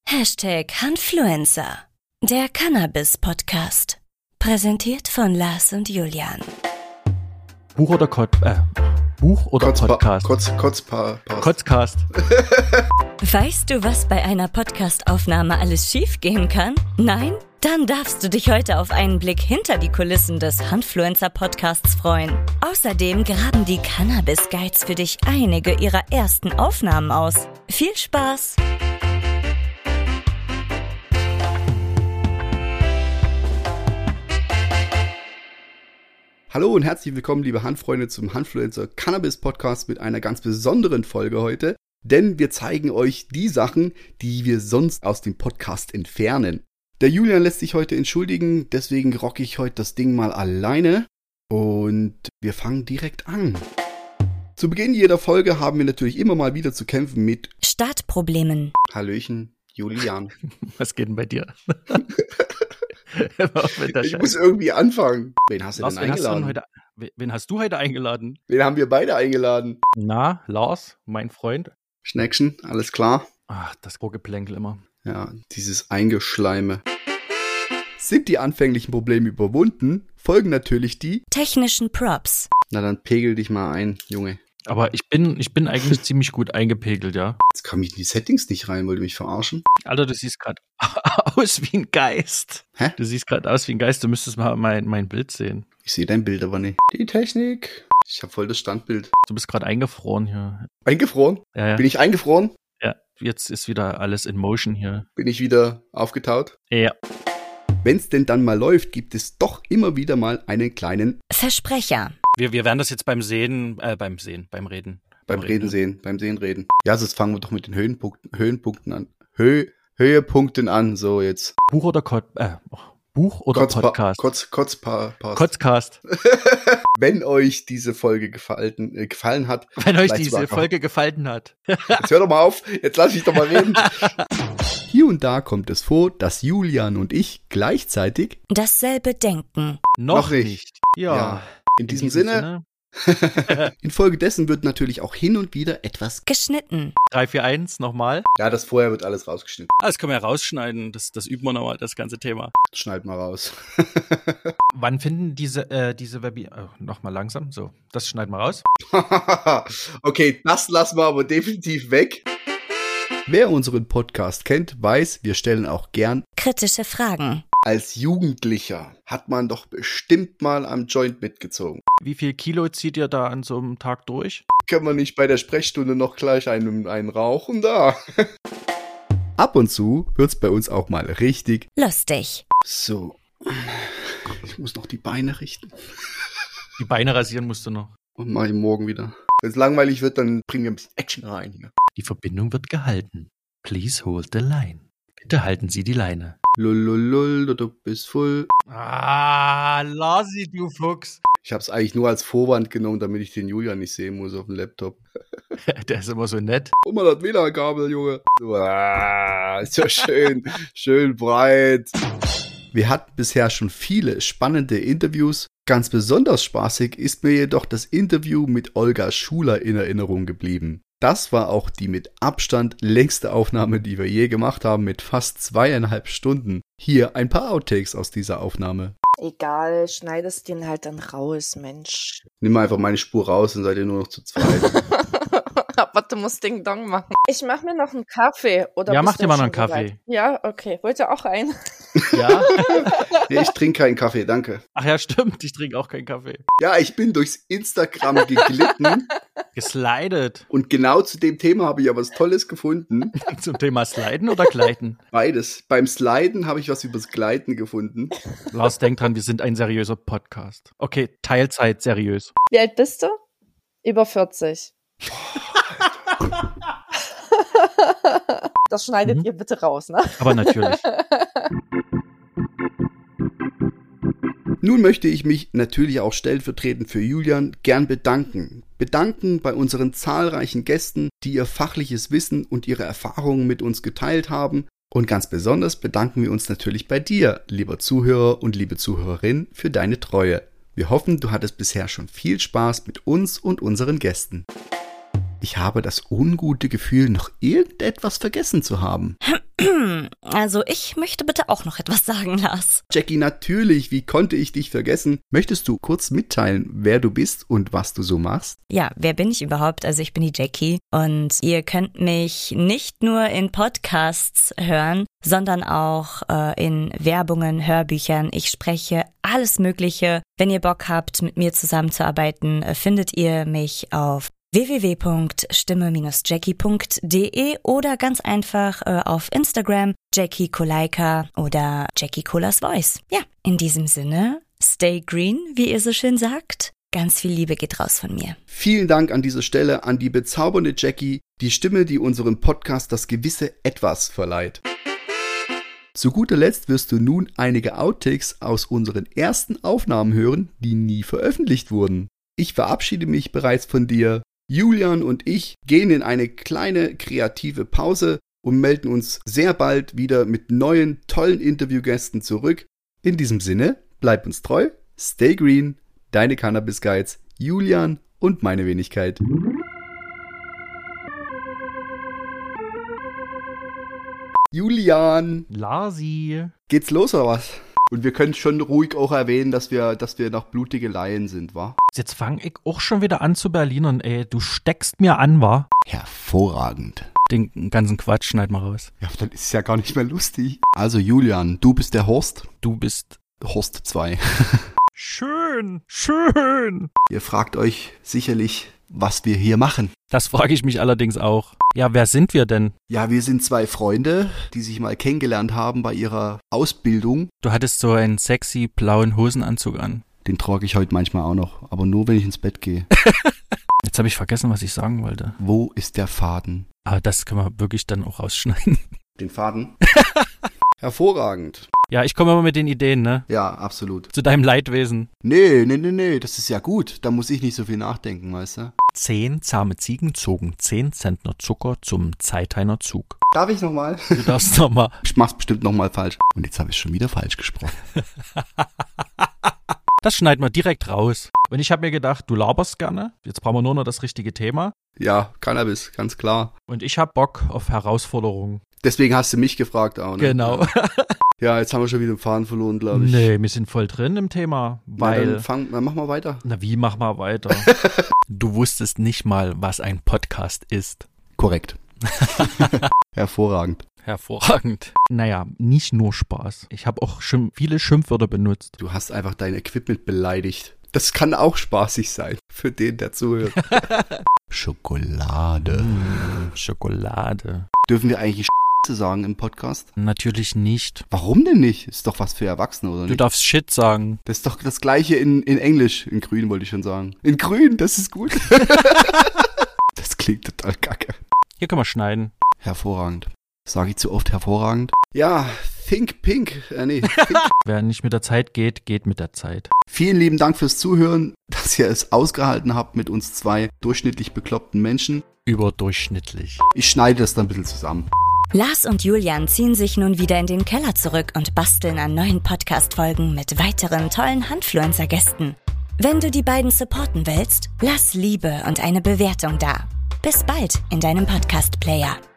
#Hanfluencer, der Cannabis-Podcast. Präsentiert von Lars und Julian. Buch oder Podcast? Kotzcast. Weißt du, was bei einer Podcast-Aufnahme alles schiefgehen kann? Nein? Dann darfst du dich heute auf einen Blick hinter die Kulissen des Hanfluencer-Podcasts freuen. Außerdem graben die Cannabis-Guides für dich einige ihrer ersten Aufnahmen aus. Viel Spaß! Hallo und herzlich willkommen, liebe Hanffreunde, zum Hanfluencer Cannabis Podcast mit einer ganz besonderen Folge heute, denn wir zeigen euch die Sachen, die wir sonst aus dem Podcast entfernen. Der Julian lässt sich heute entschuldigen, deswegen rocke ich heute das Ding mal alleine und wir fangen direkt an. Zu Beginn jeder Folge haben wir natürlich immer mal wieder zu kämpfen mit Startproblemen. Hallöchen, Julian. Was geht denn bei dir? Ich muss irgendwie anfangen. Wen hast du denn eingeladen? Wen hast du heute eingeladen? Wen haben wir beide eingeladen? Na, Lars, mein Freund. Schneckchen, alles klar? Ach, das Vorgeplänkel immer. Ja, dieses Eingeschleime. Sind die anfänglichen Probleme überwunden, folgen natürlich die technischen Props. Na dann pegel dich mal ein, Junge. Aber ich bin eigentlich ziemlich gut eingepegelt, ja. Jetzt kam ich in die Settings nicht rein, wollt ihr mich verarschen? Alter, du siehst gerade aus wie ein Geist. Hä? Du siehst gerade aus wie ein Geist, du müsstest mal mein Bild sehen. Ich sehe dein Bild aber nicht. Die Technik. Ich habe voll das Standbild. Du bist gerade eingefroren hier. Eingefroren? Ja. Bin ich eingefroren? Ja, jetzt ist wieder alles in Motion hier. Bin ich wieder aufgetaut? Ja. Wenn es denn dann mal läuft, gibt es doch immer wieder mal einen kleinen Versprecher. Wir werden das jetzt beim Reden. Beim Sehen reden. Ja, sonst fangen wir doch mit den Höhenpunkten an. Höhepunkten an, so jetzt. Buch oder Podcast? Kotzcast. Wenn euch diese Folge gefallen hat. Wenn euch diese Folge gefallen hat. Jetzt hör doch mal auf, jetzt lass mich doch mal reden. Hier und da kommt es vor, dass Julian und ich gleichzeitig dasselbe denken. Noch nicht. Ja. In diesem Sinne. Infolgedessen wird natürlich auch hin und wieder etwas geschnitten. 3, 4, 1, nochmal. Ja, das vorher wird alles rausgeschnitten. Das können wir ja rausschneiden, das üben wir nochmal, das ganze Thema. Schneid mal raus. Wann finden diese nochmal langsam, so, das schneiden wir raus. Okay, das lassen wir aber definitiv weg. Wer unseren Podcast kennt, weiß, wir stellen auch gern kritische Fragen. Als Jugendlicher hat man doch bestimmt mal am Joint mitgezogen. Wie viel Kilo zieht ihr da an so einem Tag durch? Können wir nicht bei der Sprechstunde noch gleich einen rauchen da? Ab und zu wird's bei uns auch mal richtig lustig. So, ich muss noch die Beine richten. Die Beine rasieren musst du noch. Und mach ich morgen wieder. Wenn es langweilig wird, dann bringen wir ein bisschen Action rein hier. Die Verbindung wird gehalten. Please hold the line. Bitte halten Sie die Leine. Lullulul, du bist voll. Ah, Lassi, du Fuchs. Ich hab's eigentlich nur als Vorwand genommen, damit ich den Julian nicht sehen muss auf dem Laptop. Der ist immer so nett. Guck mal, das WLAN-Kabel, Junge. Ist ja schön, schön breit. Wir hatten bisher schon viele spannende Interviews. Ganz besonders spaßig ist mir jedoch das Interview mit Olga Schuler in Erinnerung geblieben. Das war auch die mit Abstand längste Aufnahme, die wir je gemacht haben, mit fast 2,5 Stunden. Hier ein paar Outtakes aus dieser Aufnahme. Egal, schneidest den halt dann raus, Mensch. Nimm einfach meine Spur raus, dann seid ihr nur noch zu zweit. Aber du musst Ding Dong machen. Ich mach mir noch einen Kaffee. Oder ja, bist mach dir mal noch einen schon Kaffee. bereit? Ja, okay. Wollt ihr auch einen? Ja. Nee, ich trinke keinen Kaffee, danke. Ach ja, stimmt. Ich trinke auch keinen Kaffee. Ja, ich bin durchs Instagram geglitten. Geslidet. Und genau zu dem Thema habe ich aber was Tolles gefunden. Zum Thema Sliden oder Gleiten? Beides. Beim Sliden habe ich was übers Gleiten gefunden. Lars, denk dran, wir sind ein seriöser Podcast. Okay, Teilzeit seriös. Wie alt bist du? Über 40. Das schneidet ihr bitte raus, ne? Aber natürlich. Nun möchte ich mich natürlich auch stellvertretend für Julian gern bedanken. Bedanken bei unseren zahlreichen Gästen, die ihr fachliches Wissen und ihre Erfahrungen mit uns geteilt haben. Und ganz besonders bedanken wir uns natürlich bei dir, lieber Zuhörer und liebe Zuhörerin, für deine Treue. Wir hoffen, du hattest bisher schon viel Spaß mit uns und unseren Gästen. Ich habe das ungute Gefühl, noch irgendetwas vergessen zu haben. Also ich möchte bitte auch noch etwas sagen, Lars. Jackie, natürlich, wie konnte ich dich vergessen? Möchtest du kurz mitteilen, wer du bist und was du so machst? Ja, wer bin ich überhaupt? Also ich bin die Jackie und ihr könnt mich nicht nur in Podcasts hören, sondern auch in Werbungen, Hörbüchern. Ich spreche alles Mögliche. Wenn ihr Bock habt, mit mir zusammenzuarbeiten, findet ihr mich auf www.stimme-jackie.de oder ganz einfach auf Instagram Jackie Kolaika oder Jackie Colas Voice. Ja, in diesem Sinne, stay green, wie ihr so schön sagt. Ganz viel Liebe geht raus von mir. Vielen Dank an dieser Stelle an die bezaubernde Jackie, die Stimme, die unserem Podcast das gewisse Etwas verleiht. Zu guter Letzt wirst du nun einige Outtakes aus unseren ersten Aufnahmen hören, die nie veröffentlicht wurden. Ich verabschiede mich bereits von dir. Julian und ich gehen in eine kleine kreative Pause und melden uns sehr bald wieder mit neuen, tollen Interviewgästen zurück. In diesem Sinne, bleib uns treu, stay green, deine Cannabis Guides, Julian und meine Wenigkeit. Julian! Larsi! Geht's los oder was? Und wir können schon ruhig auch erwähnen, dass wir noch blutige Laien sind, wa? Jetzt fange ich auch schon wieder an zu Berlinern, ey. Du steckst mir an, wa? Hervorragend. Den ganzen Quatsch schneid mal raus. Ja, dann ist es ja gar nicht mehr lustig. Also Julian, du bist der Horst. Du bist Horst 2. schön, schön. Ihr fragt euch sicherlich, was wir hier machen. Das frage ich mich allerdings auch. Ja, wer sind wir denn? Ja, wir sind zwei Freunde, die sich mal kennengelernt haben bei ihrer Ausbildung. Du hattest so einen sexy blauen Hosenanzug an. Den trage ich heute manchmal auch noch, aber nur, wenn ich ins Bett gehe. Jetzt habe ich vergessen, was ich sagen wollte. Wo ist der Faden? Aber das können wir wirklich dann auch rausschneiden. Den Faden? Hervorragend. Ja, ich komme immer mit den Ideen, ne? Ja, absolut. Zu deinem Leidwesen. Nee, das ist ja gut. Da muss ich nicht so viel nachdenken, weißt du? 10 zahme Ziegen zogen 10 Zentner Zucker zum Zeithainer Zug. Darf ich nochmal? Du darfst nochmal. Ich mach's bestimmt nochmal falsch. Und jetzt habe ich schon wieder falsch gesprochen. Das schneiden wir direkt raus. Und ich habe mir gedacht, du laberst gerne. Jetzt brauchen wir nur noch das richtige Thema. Ja, Cannabis, ganz klar. Und ich habe Bock auf Herausforderungen. Deswegen hast du mich gefragt auch, ne? Genau. Ja, jetzt haben wir schon wieder den Faden verloren, glaube ich. Nee, wir sind voll drin im Thema. Weil. Dann mach mal weiter. Na, wie mach mal weiter? Du wusstest nicht mal, was ein Podcast ist. Korrekt. Hervorragend. Hervorragend. Naja, nicht nur Spaß. Ich habe auch viele Schimpfwörter benutzt. Du hast einfach dein Equipment beleidigt. Das kann auch spaßig sein für den, der zuhört. Schokolade. Schokolade. Dürfen wir eigentlich sagen im Podcast? Natürlich nicht. Warum denn nicht? Ist doch was für Erwachsene, oder nicht? Du darfst Shit sagen. Das ist doch das Gleiche in Englisch. In Grün wollte ich schon sagen. In Grün, das ist gut. Das klingt total kacke. Hier können wir schneiden. Hervorragend. Sage ich zu oft hervorragend? Ja, think pink. Think. Wer nicht mit der Zeit geht, geht mit der Zeit. Vielen lieben Dank fürs Zuhören, dass ihr es ausgehalten habt mit uns zwei durchschnittlich bekloppten Menschen. Überdurchschnittlich. Ich schneide das dann ein bisschen zusammen. Lars und Julian ziehen sich nun wieder in den Keller zurück und basteln an neuen Podcast-Folgen mit weiteren tollen Handfluencer-Gästen. Wenn du die beiden supporten willst, lass Liebe und eine Bewertung da. Bis bald in deinem Podcast-Player.